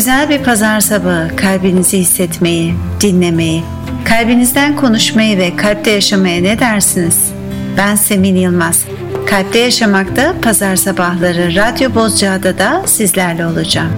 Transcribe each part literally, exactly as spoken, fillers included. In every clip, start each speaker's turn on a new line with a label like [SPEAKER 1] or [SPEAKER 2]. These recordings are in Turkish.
[SPEAKER 1] Güzel bir pazar sabahı kalbinizi hissetmeyi, dinlemeyi, kalbinizden konuşmayı ve kalpte yaşamaya ne dersiniz? Ben Semin Yılmaz. Kalpte Yaşamak'ta pazar sabahları Radyo Bozcaada'da da sizlerle olacağım.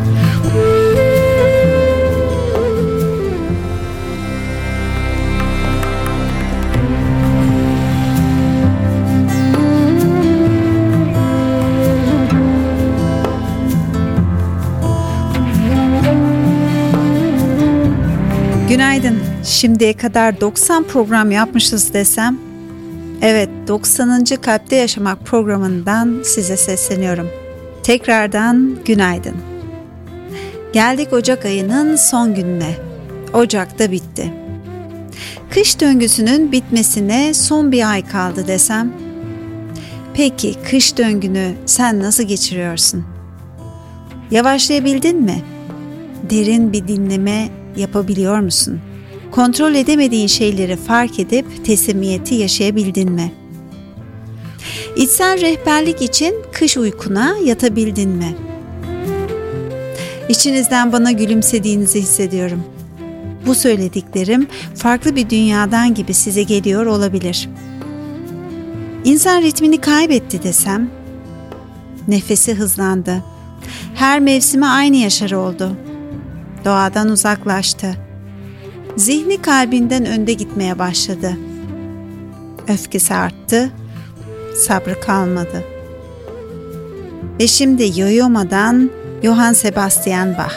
[SPEAKER 1] Günaydın. Şimdiye kadar doksan program yapmışız desem, evet doksanıncı Kalpte Yaşamak programından size sesleniyorum. Tekrardan günaydın. Geldik Ocak ayının son gününe. Ocak da bitti. Kış döngüsünün bitmesine son bir ay kaldı desem, peki kış döngünü sen nasıl geçiriyorsun? Yavaşlayabildin mi? Derin bir dinleme yapabiliyor musun? Kontrol edemediğin şeyleri fark edip teslimiyeti yaşayabildin mi? İçsel rehberlik için kış uykuna yatabildin mi? İçinizden bana gülümsediğinizi hissediyorum. Bu söylediklerim farklı bir dünyadan gibi size geliyor olabilir. İnsan ritmini kaybetti desem, nefesi hızlandı. Her mevsime aynı yaşar oldu. Doğadan uzaklaştı. Zihni kalbinden önde gitmeye başladı. Öfkesi arttı, sabrı kalmadı. Ve şimdi Yo-Yo'dan Johann Sebastian Bach.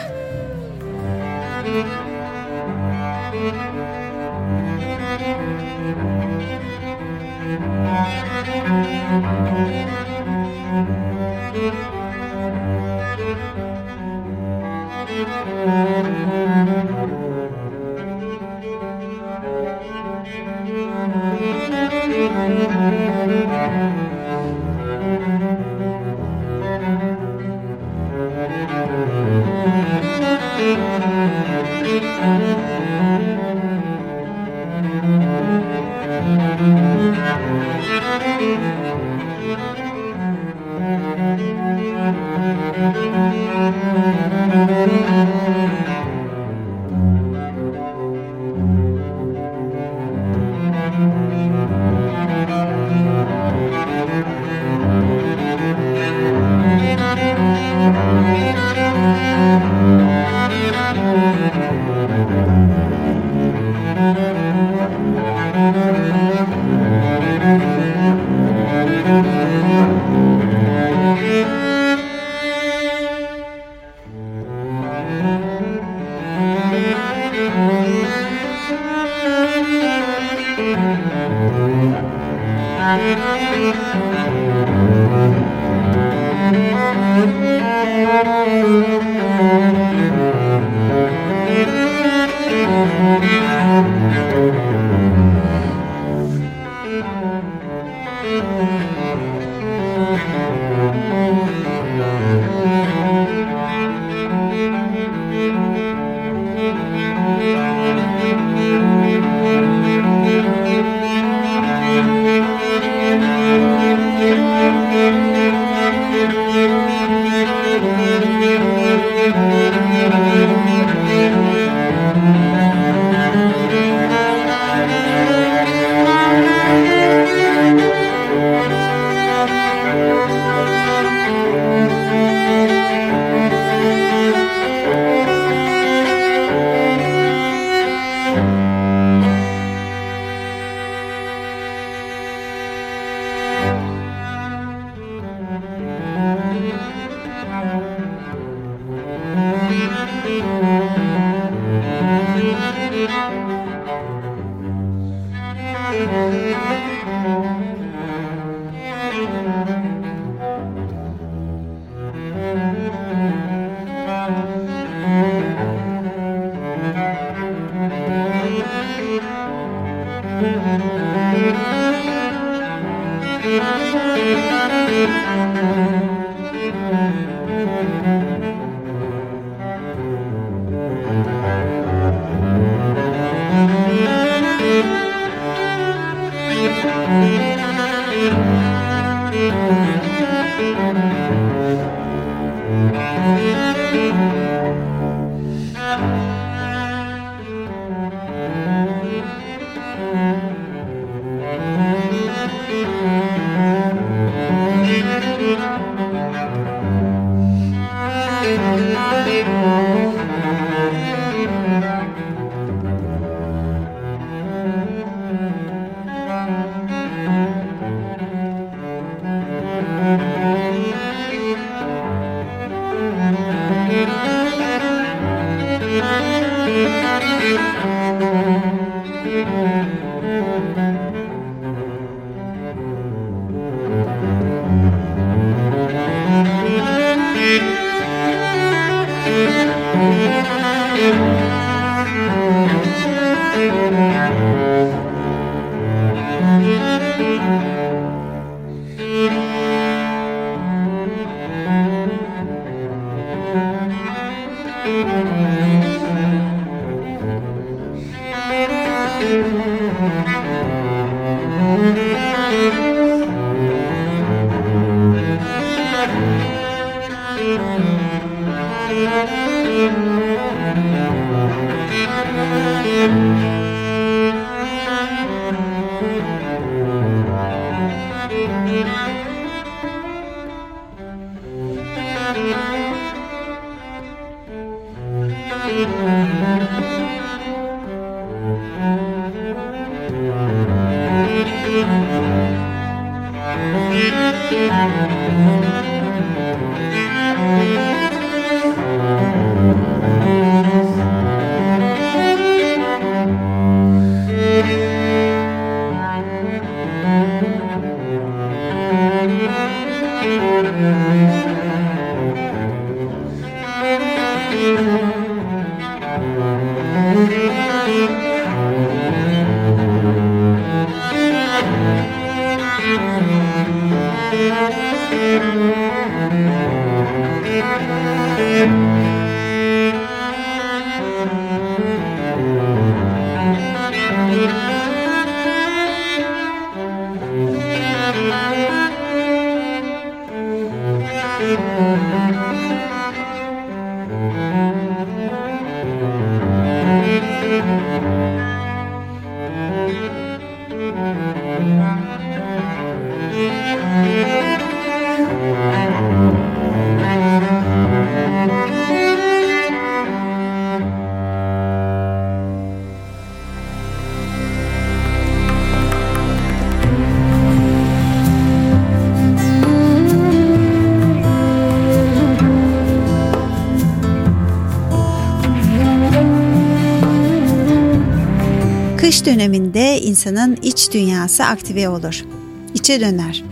[SPEAKER 1] Kış döneminde insanın iç dünyası aktive olur, içe döner.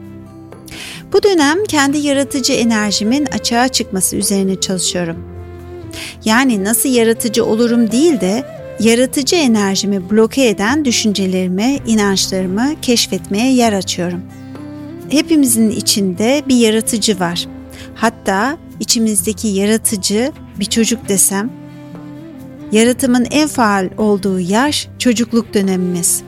[SPEAKER 1] Bu dönem kendi yaratıcı enerjimin açığa çıkması üzerine çalışıyorum. Yani nasıl yaratıcı olurum değil de yaratıcı enerjimi bloke eden düşüncelerimi, inançlarımı keşfetmeye yer açıyorum. Hepimizin içinde bir yaratıcı var. Hatta içimizdeki yaratıcı bir çocuk desem, yaratımın en faal olduğu yaş çocukluk dönemimiz.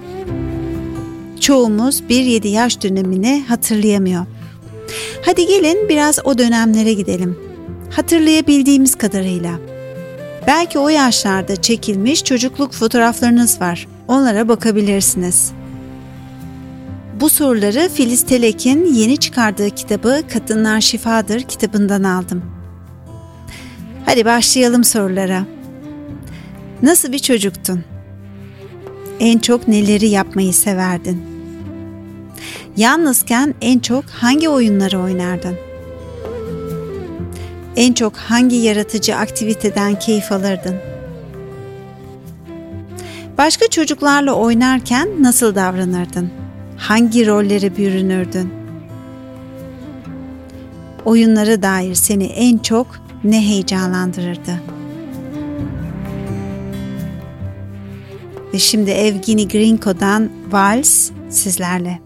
[SPEAKER 1] Çoğumuz bir yedi yaş dönemini hatırlayamıyor. Hadi gelin biraz o dönemlere gidelim. Hatırlayabildiğimiz kadarıyla. Belki o yaşlarda çekilmiş çocukluk fotoğraflarınız var. Onlara bakabilirsiniz. Bu soruları Filiz Telek'in yeni çıkardığı kitabı Kadınlar Şifadır kitabından aldım. Hadi başlayalım sorulara. Nasıl bir çocuktun? En çok neleri yapmayı severdin? Yalnızken en çok hangi oyunları oynardın? En çok hangi yaratıcı aktiviteden keyif alırdın? Başka çocuklarla oynarken nasıl davranırdın? Hangi rollere bürünürdün? Oyunlara dair seni en çok ne heyecanlandırırdı? Ve şimdi Evgeni Grinko'dan Vals sizlerle.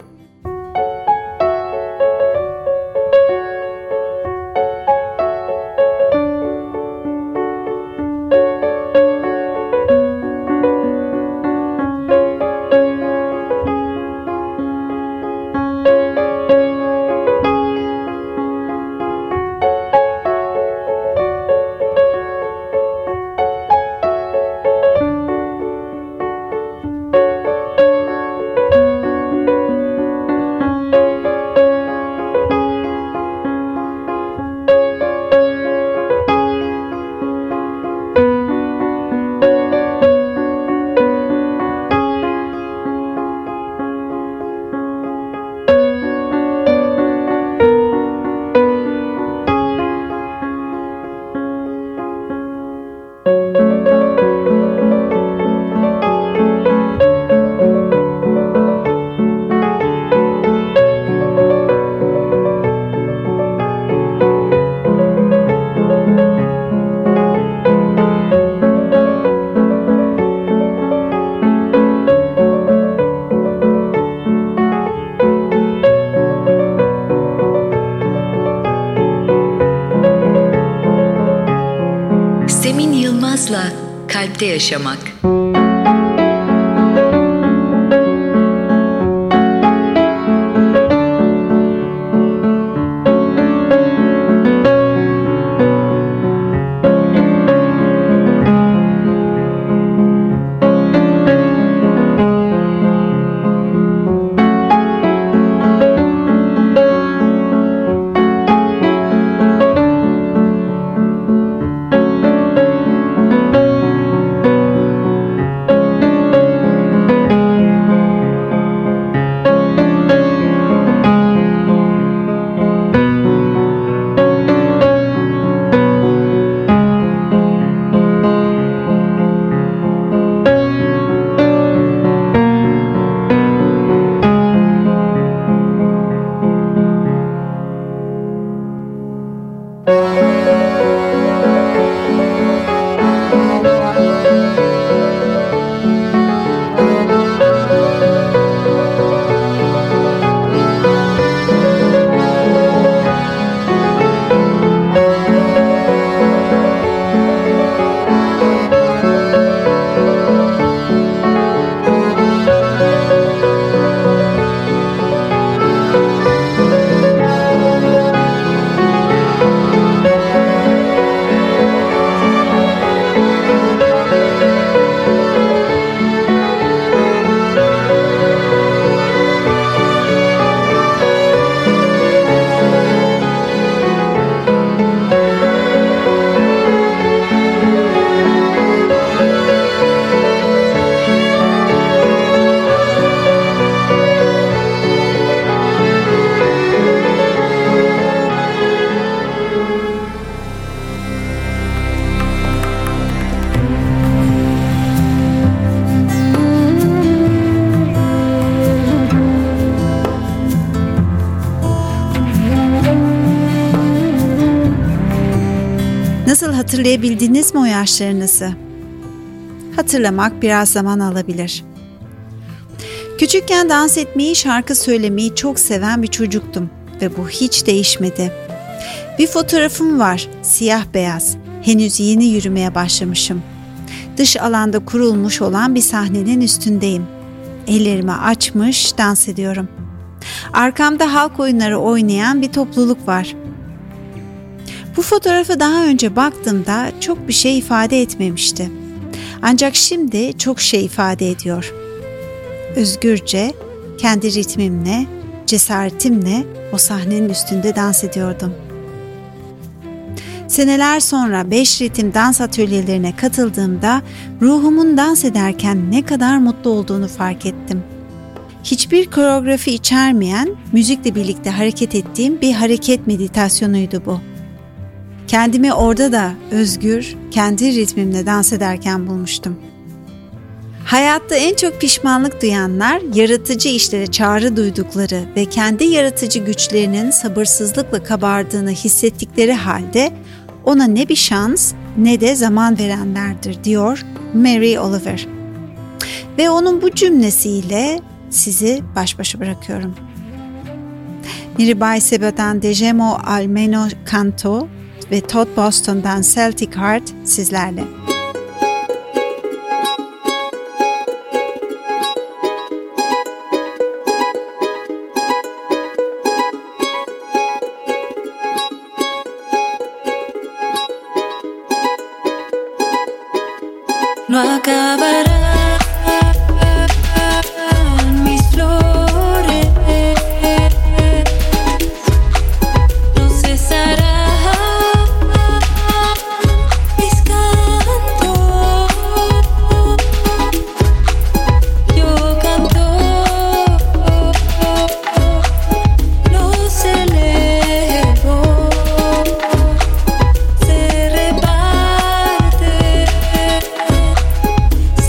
[SPEAKER 2] Kalpte yaşamak.
[SPEAKER 1] hatırlayabildiniz mi o yaşlarınızı? Hatırlamak biraz zaman alabilir. Küçükken dans etmeyi, şarkı söylemeyi çok seven bir çocuktum ve bu hiç değişmedi. Bir fotoğrafım var, siyah beyaz. Henüz yeni yürümeye başlamışım. Dış alanda kurulmuş olan bir sahnenin üstündeyim. Ellerimi açmış dans ediyorum. Arkamda halk oyunları oynayan bir topluluk var. Bu fotoğrafa daha önce baktığımda çok bir şey ifade etmemişti. Ancak şimdi çok şey ifade ediyor. Özgürce, kendi ritmimle, cesaretimle o sahnenin üstünde dans ediyordum. Seneler sonra beş ritim dans atölyelerine katıldığımda ruhumun dans ederken ne kadar mutlu olduğunu fark ettim. Hiçbir koreografi içermeyen, müzikle birlikte hareket ettiğim bir hareket meditasyonuydu bu. Kendimi orada da özgür, kendi ritmimle dans ederken bulmuştum. Hayatta en çok pişmanlık duyanlar, yaratıcı işlere çağrı duydukları ve kendi yaratıcı güçlerinin sabırsızlıkla kabardığını hissettikleri halde ona ne bir şans ne de zaman verenlerdir, diyor Mary Oliver. Ve onun bu cümlesiyle sizi baş başa bırakıyorum. Mirabai Seba'dan Dejemo Almeno Canto ve Todd Boston'dan Celtic Heart sizlerle.
[SPEAKER 2] No acabarán mis flores, no cesarán mis cantos. Yo canto, los elevo, se reparte.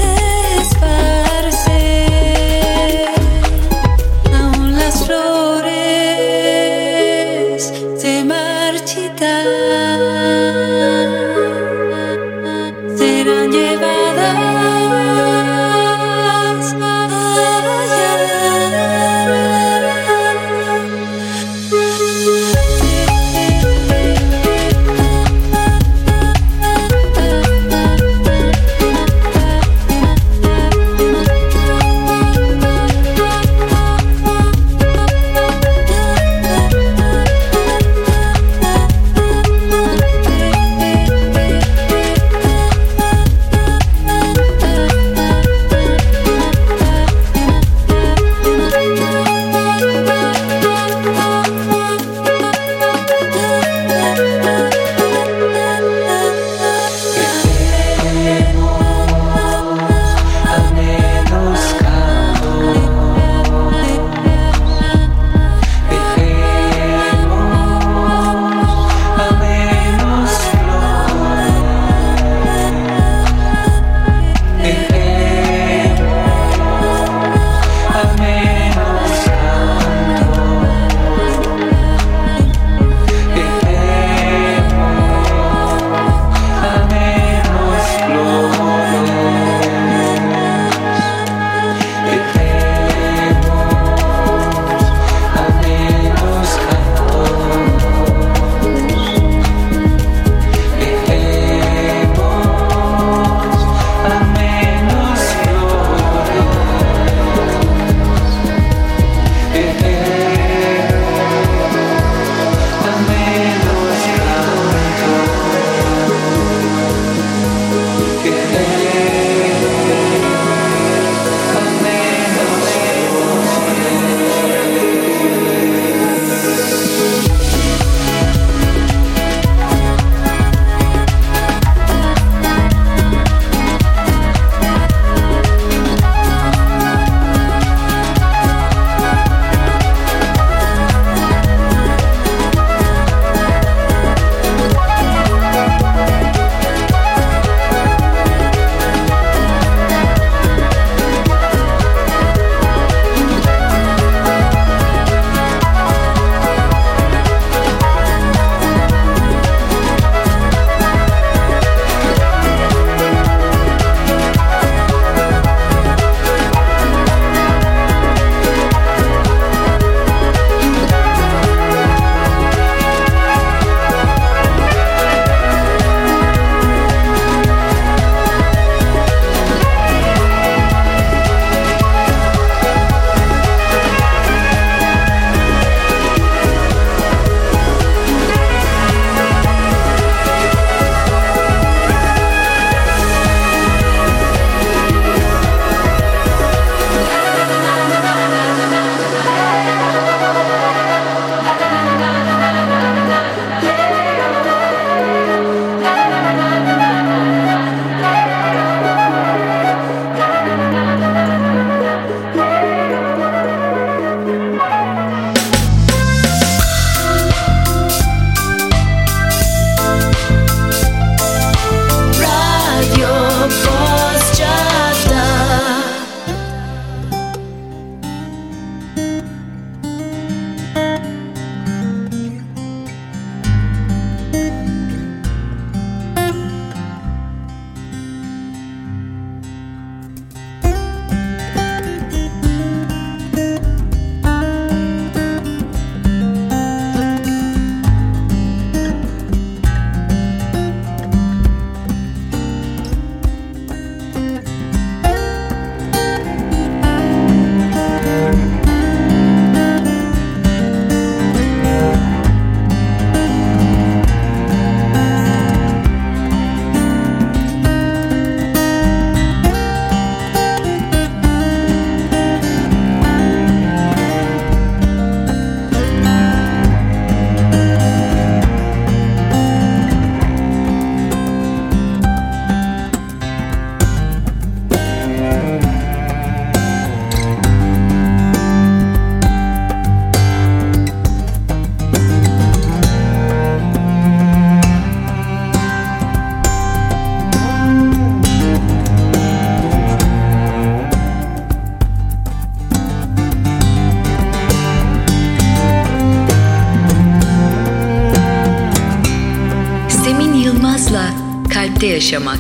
[SPEAKER 3] Kalpte Yaşamak.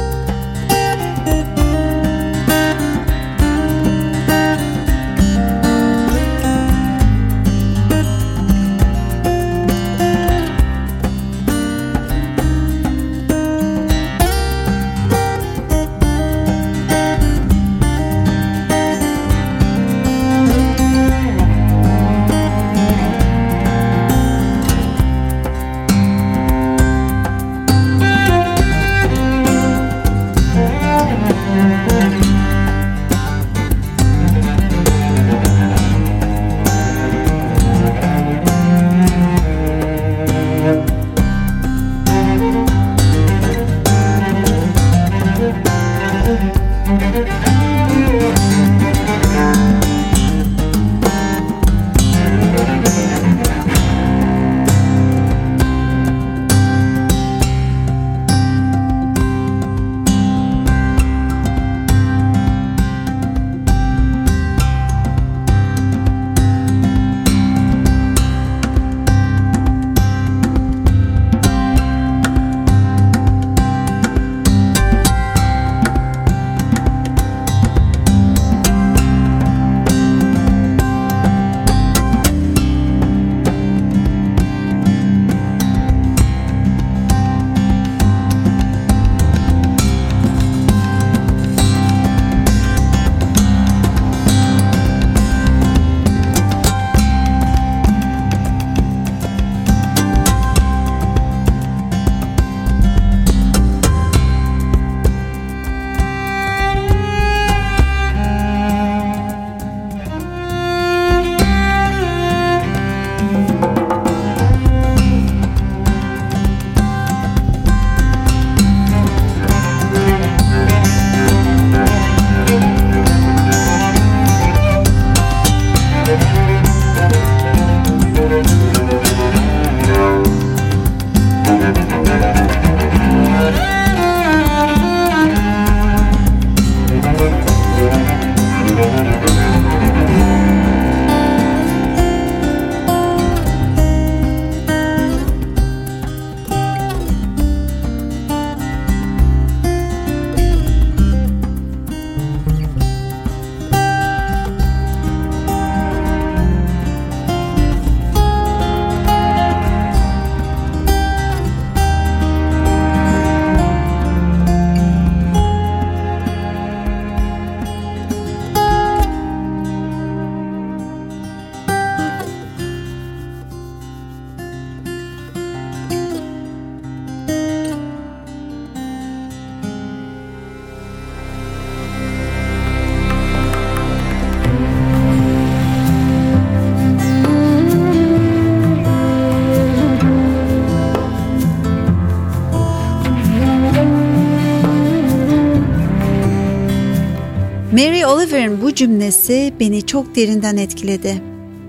[SPEAKER 1] Mary Oliver'ın bu cümlesi beni çok derinden etkiledi.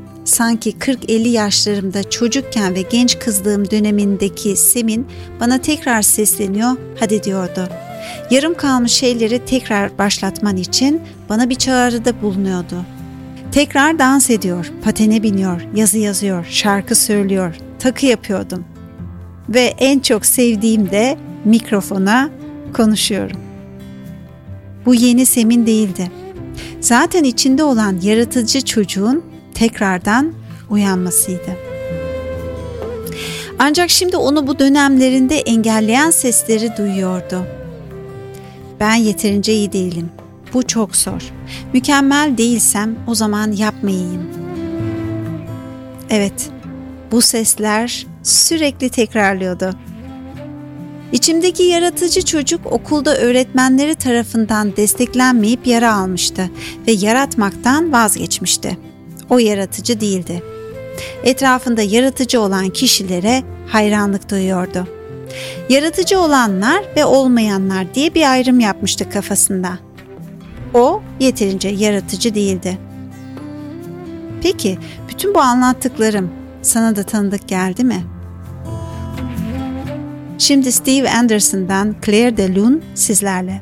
[SPEAKER 1] Sanki kırk elli yaşlarımda çocukken ve genç kızlığım dönemindeki Sem'in bana tekrar sesleniyor, hadi diyordu. Yarım kalmış şeyleri tekrar başlatman için bana bir çağrıda bulunuyordu. Tekrar dans ediyor, patene biniyor, yazı yazıyor, şarkı söylüyor, takı yapıyordum. Ve en çok sevdiğim de mikrofona konuşuyorum. Bu yeni Sem'in değildi. Zaten içinde olan yaratıcı çocuğun tekrardan uyanmasıydı. Ancak şimdi onu bu dönemlerinde engelleyen sesleri duyuyordu. Ben yeterince iyi değilim. Bu çok zor. Mükemmel değilsem o zaman yapmayayım. Evet, bu sesler sürekli tekrarlıyordu. İçimdeki yaratıcı çocuk okulda öğretmenleri tarafından desteklenmeyip yara almıştı ve yaratmaktan vazgeçmişti. O yaratıcı değildi. Etrafında yaratıcı olan kişilere hayranlık duyuyordu. Yaratıcı olanlar ve olmayanlar diye bir ayrım yapmıştı kafasında. O yeterince yaratıcı değildi. Peki, bütün bu anlattıklarım sana da tanıdık geldi mi? Şimdi Steve Anderson'dan Clair de Lune sizlerle.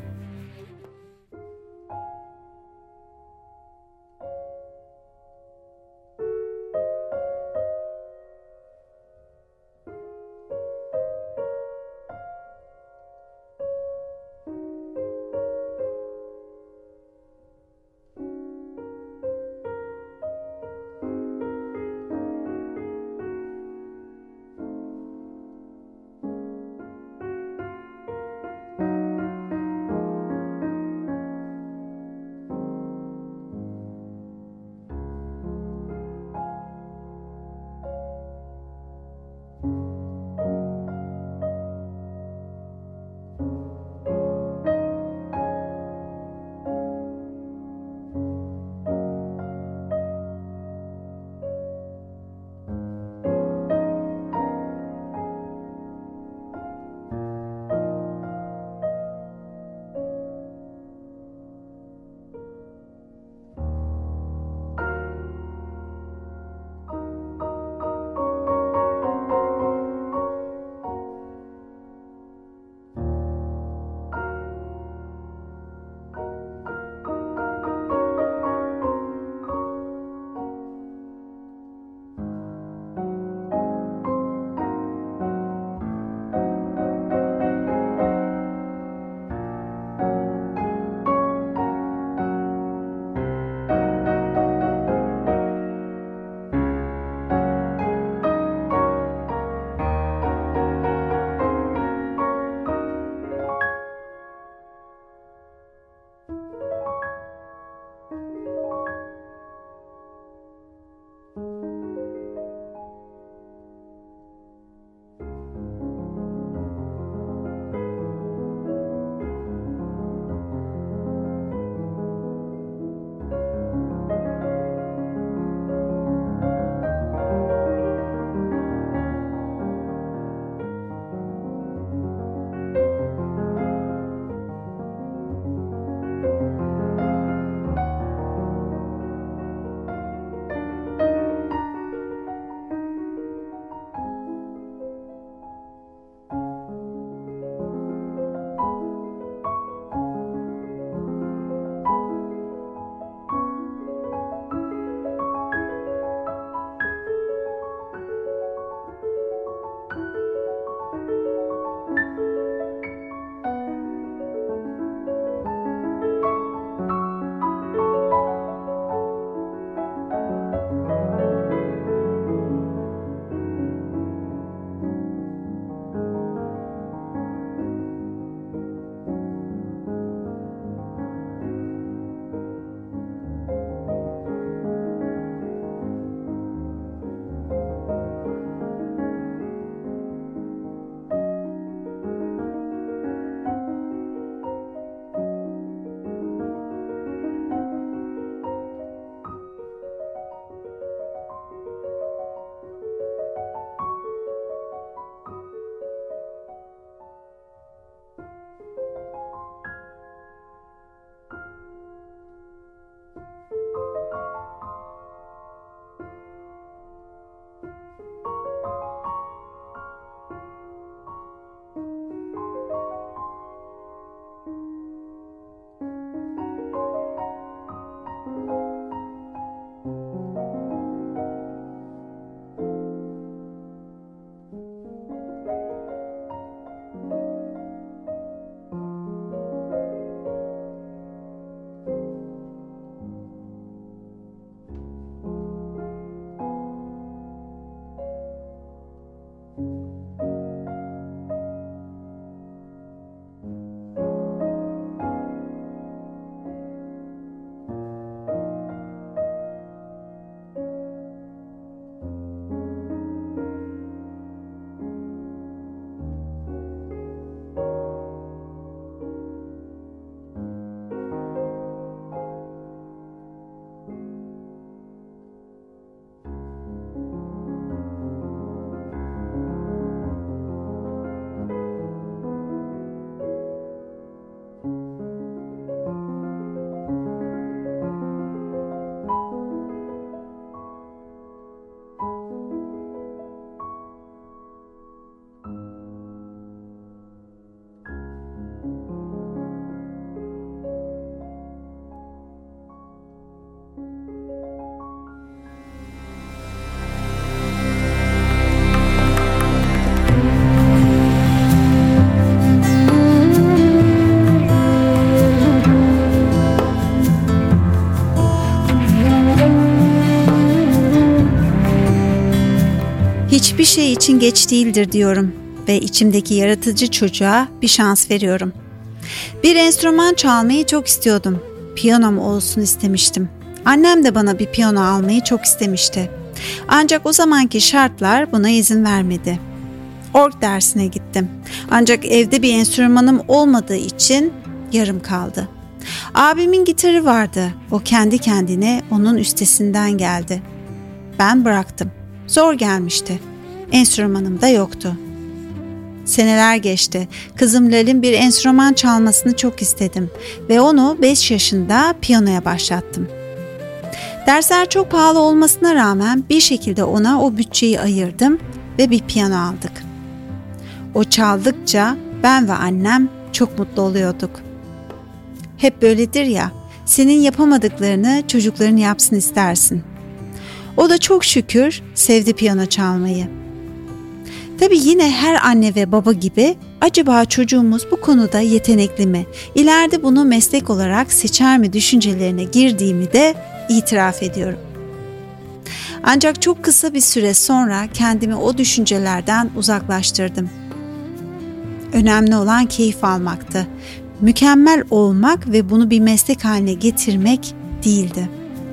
[SPEAKER 1] Hiçbir şey için geç değildir diyorum ve içimdeki yaratıcı çocuğa bir şans veriyorum. Bir enstrüman çalmayı çok istiyordum. Piyanom olsun istemiştim. Annem de bana bir piyano almayı çok istemişti. Ancak o zamanki şartlar buna izin vermedi. Org dersine gittim. Ancak evde bir enstrümanım olmadığı için yarım kaldı. Abimin gitarı vardı. O kendi kendine onun üstesinden geldi. Ben bıraktım. Zor gelmişti. Enstrümanım da yoktu. Seneler geçti. Kızım Lal'in bir enstrüman çalmasını çok istedim ve onu beş yaşında piyanoya başlattım. Dersler çok pahalı olmasına rağmen bir şekilde ona o bütçeyi ayırdım ve bir piyano aldık. O çaldıkça ben ve annem çok mutlu oluyorduk. Hep böyledir ya, senin yapamadıklarını çocukların yapsın istersin. O da çok şükür sevdi piyano çalmayı. Tabii yine her anne ve baba gibi acaba çocuğumuz bu konuda yetenekli mi? İleride bunu meslek olarak seçer mi düşüncelerine girdiğimi de itiraf ediyorum. Ancak çok kısa bir süre sonra kendimi o düşüncelerden uzaklaştırdım. Önemli olan keyif almaktı. Mükemmel olmak ve bunu bir meslek haline getirmek değildi.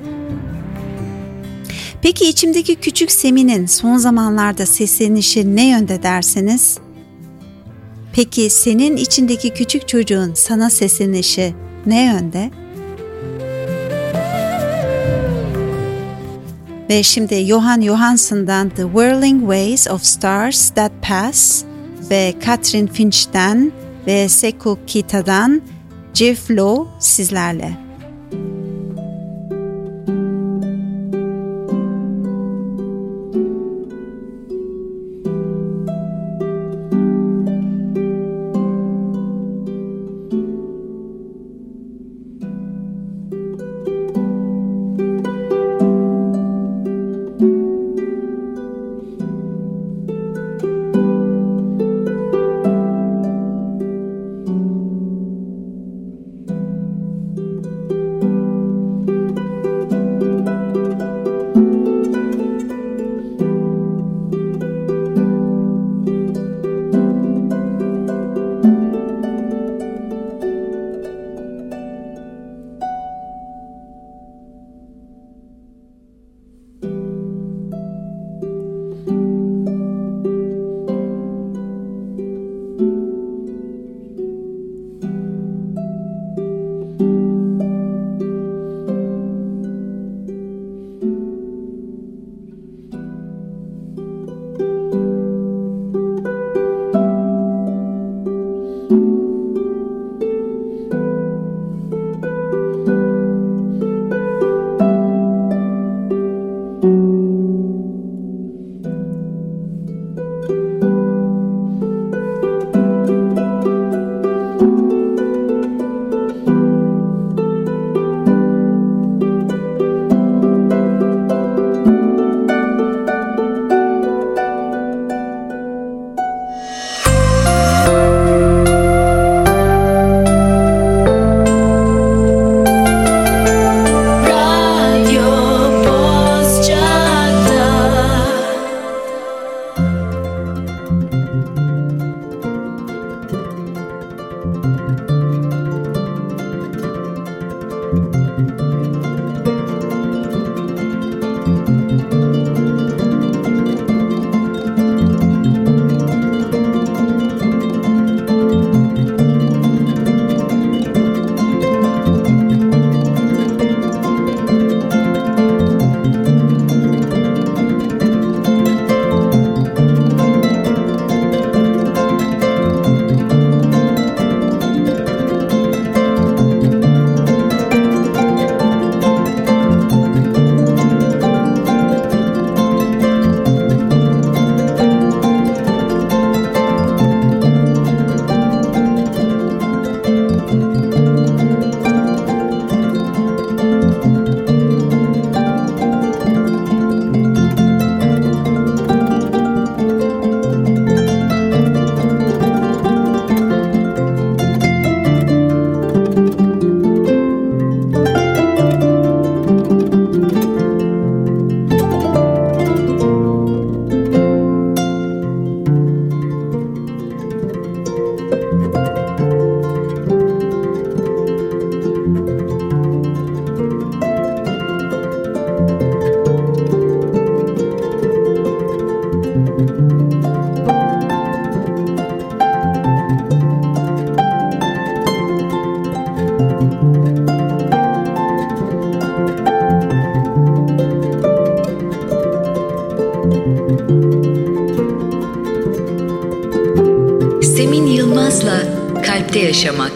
[SPEAKER 1] Peki içimdeki küçük Semin'in son zamanlarda seslenişi ne yönde derseniz? Peki senin içindeki küçük çocuğun sana seslenişi ne yönde? Ve şimdi Johan Johansson'dan The Whirling Ways of Stars That Pass ve Katrin Finch'ten ve Sekou Kita'dan G-Flow sizlerle.
[SPEAKER 2] Radio Boscan
[SPEAKER 3] Yılmaz'la Kalpte Yaşamak.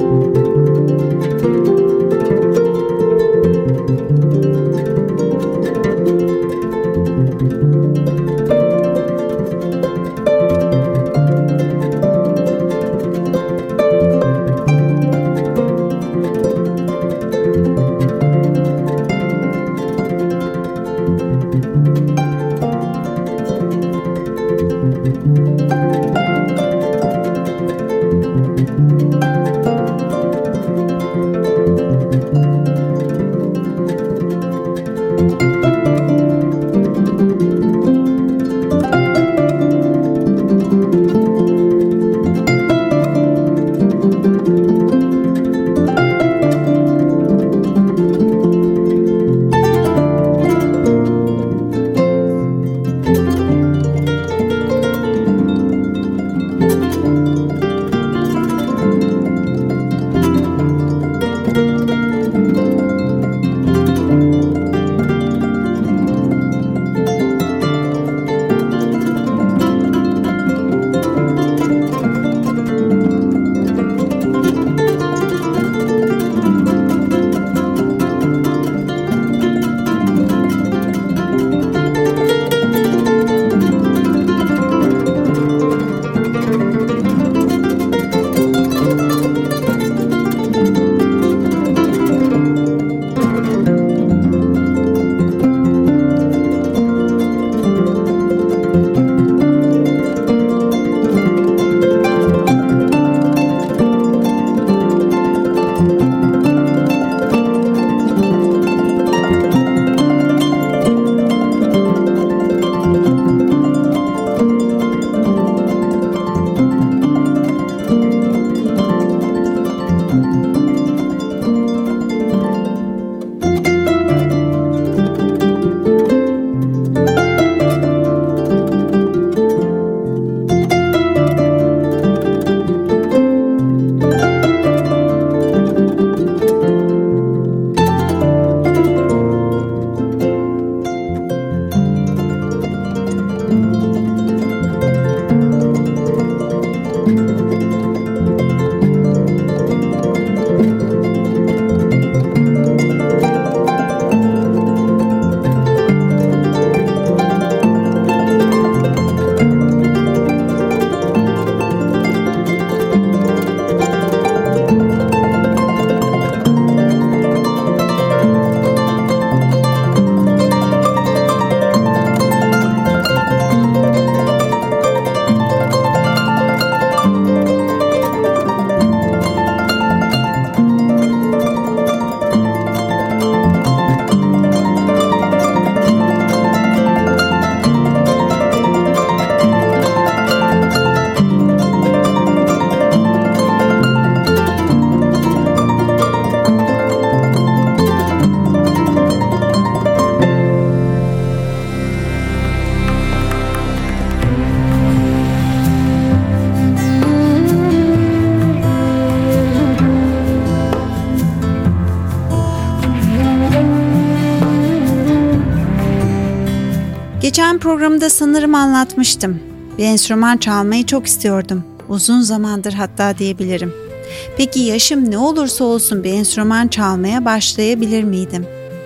[SPEAKER 1] Geçen programda sanırım anlatmıştım. Bir enstrüman çalmayı çok istiyordum. Uzun zamandır hatta diyebilirim. Peki yaşım ne olursa olsun bir enstrüman çalmaya başlayabilir miydim?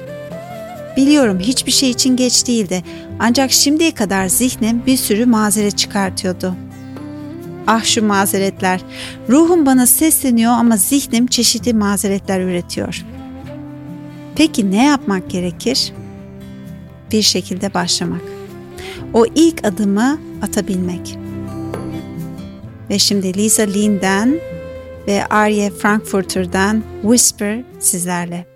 [SPEAKER 1] Biliyorum hiçbir şey için geç değildi. Ancak şimdiye kadar zihnim bir sürü mazeret çıkartıyordu. Ah şu mazeretler. Ruhum bana sesleniyor ama zihnim çeşitli mazeretler üretiyor. Peki ne yapmak gerekir? Bir şekilde başlamak. O ilk adımı atabilmek. Ve şimdi Lisa Lean'den ve Arye Frankfurter'dan Whisper sizlerle.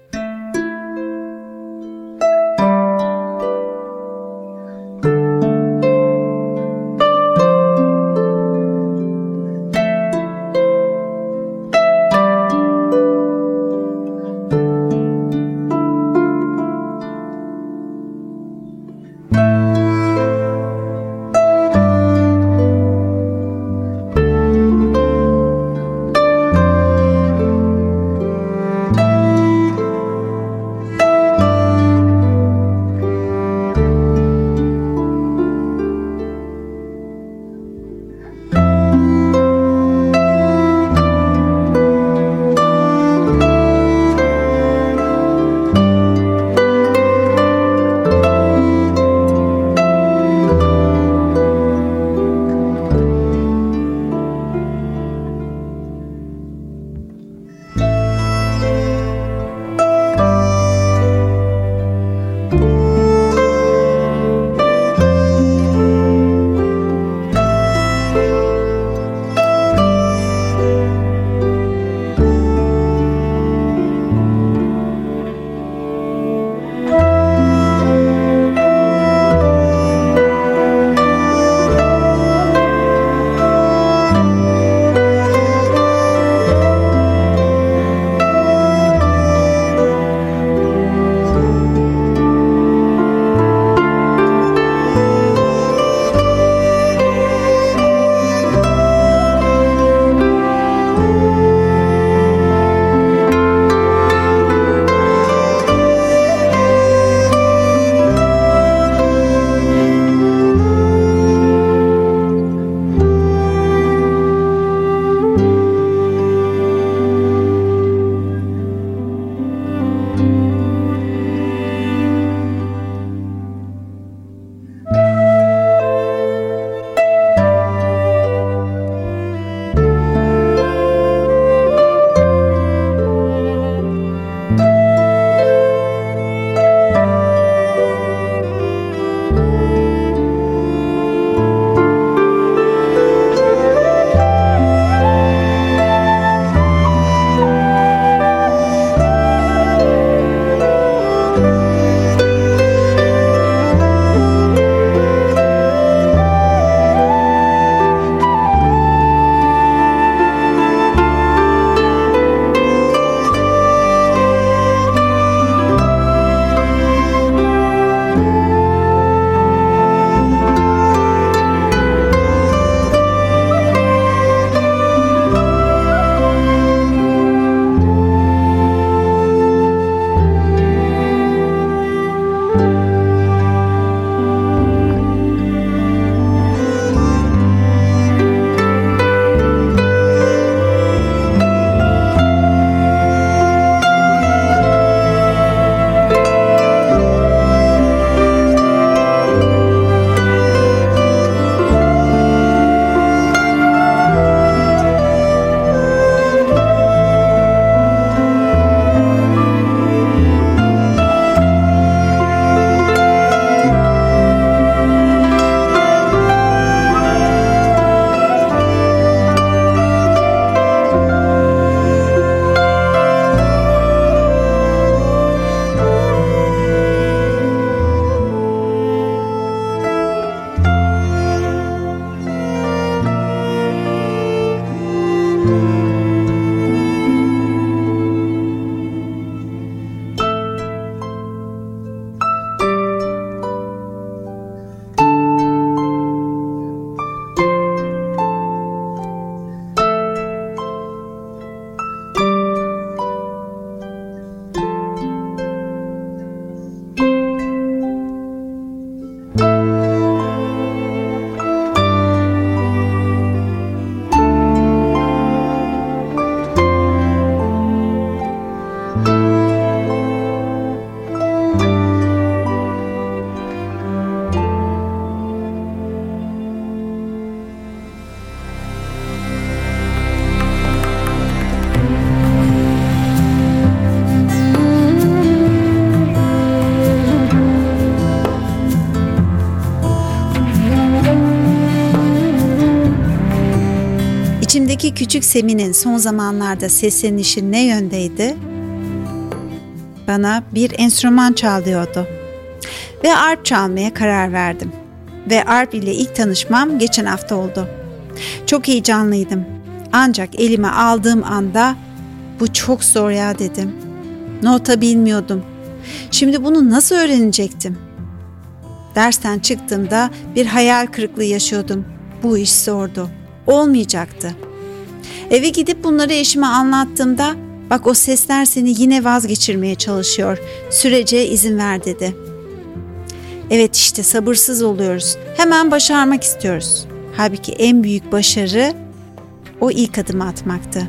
[SPEAKER 1] Peki küçük Semi'nin son zamanlarda seslenişi ne yöndeydi? Bana bir enstrüman çal diyordu. Ve arp çalmaya karar verdim. Ve arp ile ilk tanışmam geçen hafta oldu. Çok heyecanlıydım. Ancak elime aldığım anda bu çok zor ya dedim. Nota bilmiyordum. Şimdi bunu nasıl öğrenecektim? Dersten çıktığımda bir hayal kırıklığı yaşıyordum. Bu iş zordu. Olmayacaktı. Eve gidip bunları eşime anlattığımda bak o sesler seni yine vazgeçirmeye çalışıyor. Sürece izin ver dedi. Evet işte sabırsız oluyoruz. Hemen başarmak istiyoruz. Halbuki en büyük başarı o ilk adımı atmaktı.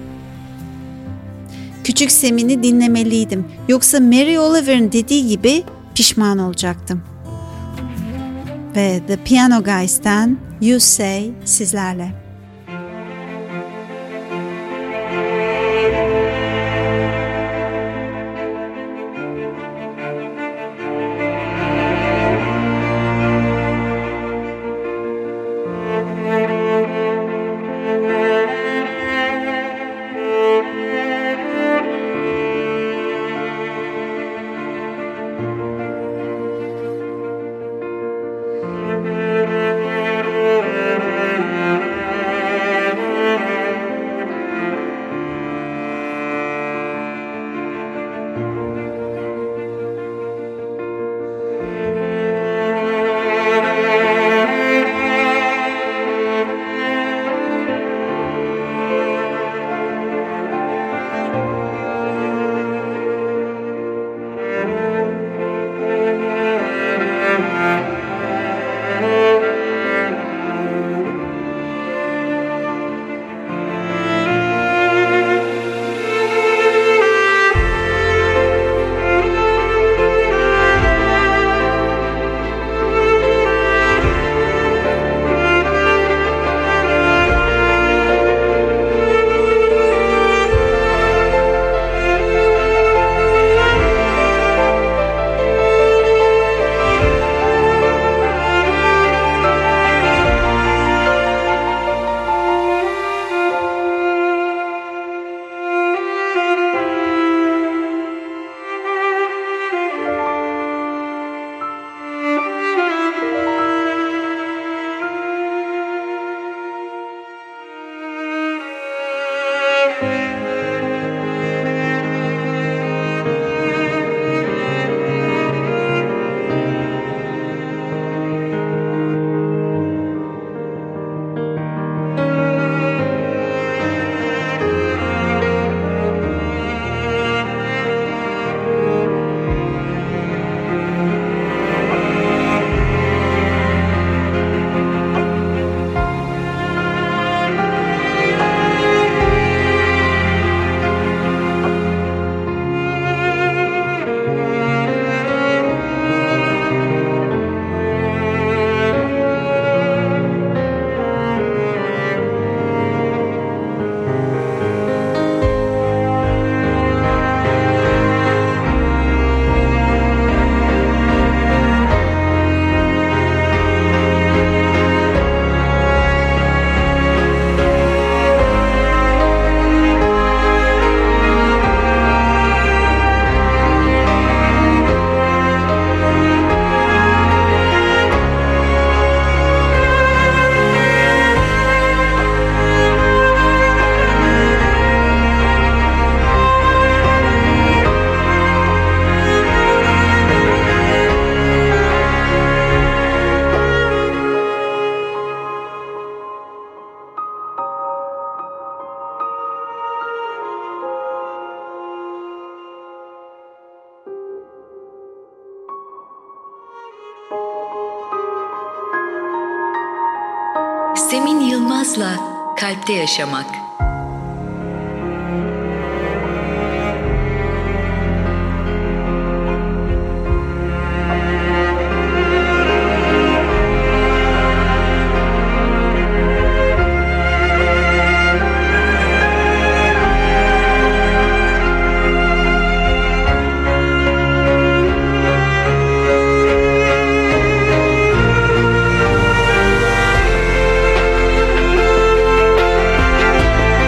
[SPEAKER 1] Küçük Semi'ni dinlemeliydim. Yoksa Mary Oliver'ın dediği gibi pişman olacaktım. Ve The Piano Guys'ten You Say sizlerle.
[SPEAKER 3] Semin Yılmaz'la Kalpte Yaşamak.
[SPEAKER 2] You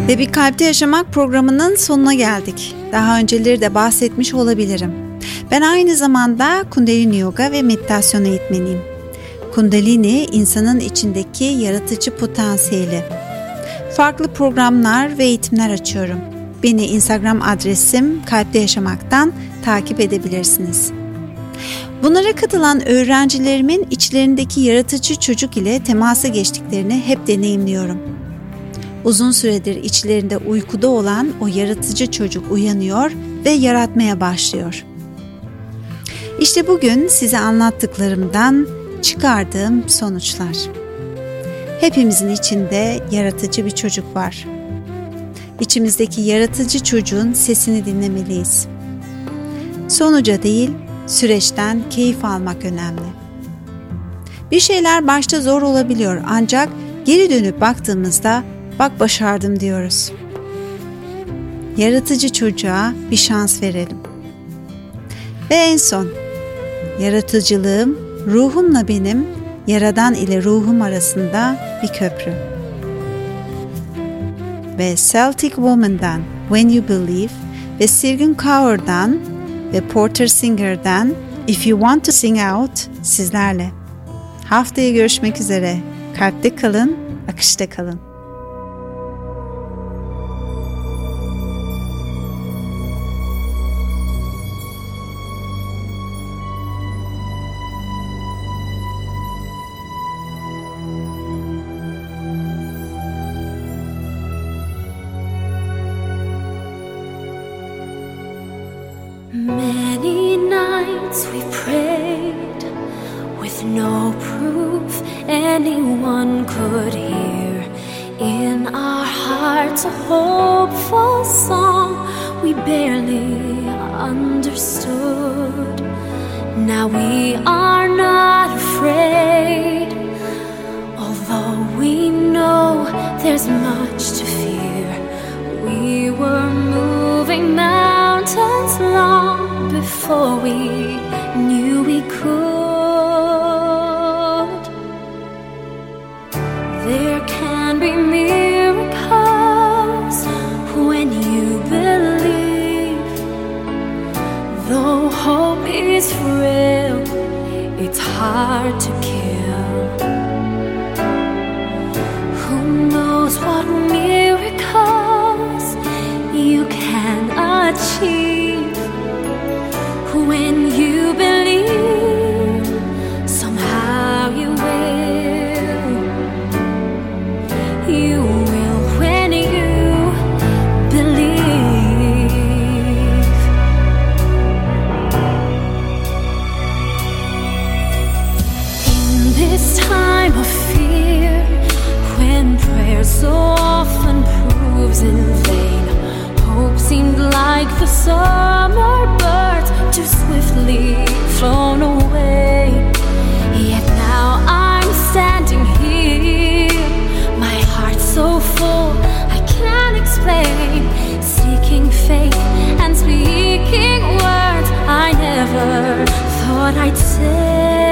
[SPEAKER 1] Ve bir Kalpte Yaşamak programının sonuna geldik. Daha önceleri de bahsetmiş olabilirim. Ben aynı zamanda Kundalini Yoga ve meditasyon eğitmeniyim. Kundalini, insanın içindeki yaratıcı potansiyeli. Farklı programlar ve eğitimler açıyorum. Beni Instagram adresim Kalpte Yaşamak'tan takip edebilirsiniz. Bunlara katılan öğrencilerimin içlerindeki yaratıcı çocuk ile temasa geçtiklerini hep deneyimliyorum. Uzun süredir içlerinde uykuda olan o yaratıcı çocuk uyanıyor ve yaratmaya başlıyor. İşte bugün size anlattıklarımdan çıkardığım sonuçlar. Hepimizin içinde yaratıcı bir çocuk var. İçimizdeki yaratıcı çocuğun sesini dinlemeliyiz. Sonuca değil, süreçten keyif almak önemli. Bir şeyler başta zor olabiliyor ancak geri dönüp baktığımızda bak başardım diyoruz. Yaratıcı çocuğa bir şans verelim. Ve en son, yaratıcılığım ruhumla benim, Yaradan ile ruhum arasında bir köprü. Ve Celtic Woman'dan When You Believe ve Sirgun Kaur'dan ve Porter Singer'dan If You Want To Sing Out sizlerle. Haftaya görüşmek üzere. Kalpte kalın, akışta kalın.
[SPEAKER 2] Many nights we prayed with no proof anyone could hear. In our hearts a hopeful song we barely understood. Now we are not afraid, although we know there's much to fear. We were moving mountains long before we knew we could. There can be miracles when you believe. Though hope is frail, it's hard to kill. Who knows what miracles you can achieve when you believe. Somehow you will. You will when you believe. In this time of fear, when prayer so often proves in vain, hope seemed like the summer birds too swiftly flown away. Yet now I'm standing here, my heart so full I can't explain, seeking faith and speaking words I never thought I'd say.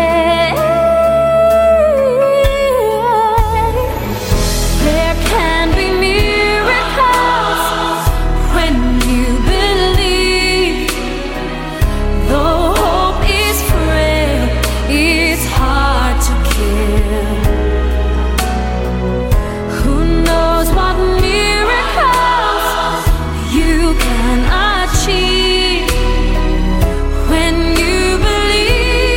[SPEAKER 2] There can be miracles when you believe. Though hope is frail, it's hard to kill. Who knows what miracles you can achieve when you believe.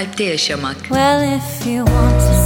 [SPEAKER 3] Kalpte Yaşamak.
[SPEAKER 2] Well, if you want to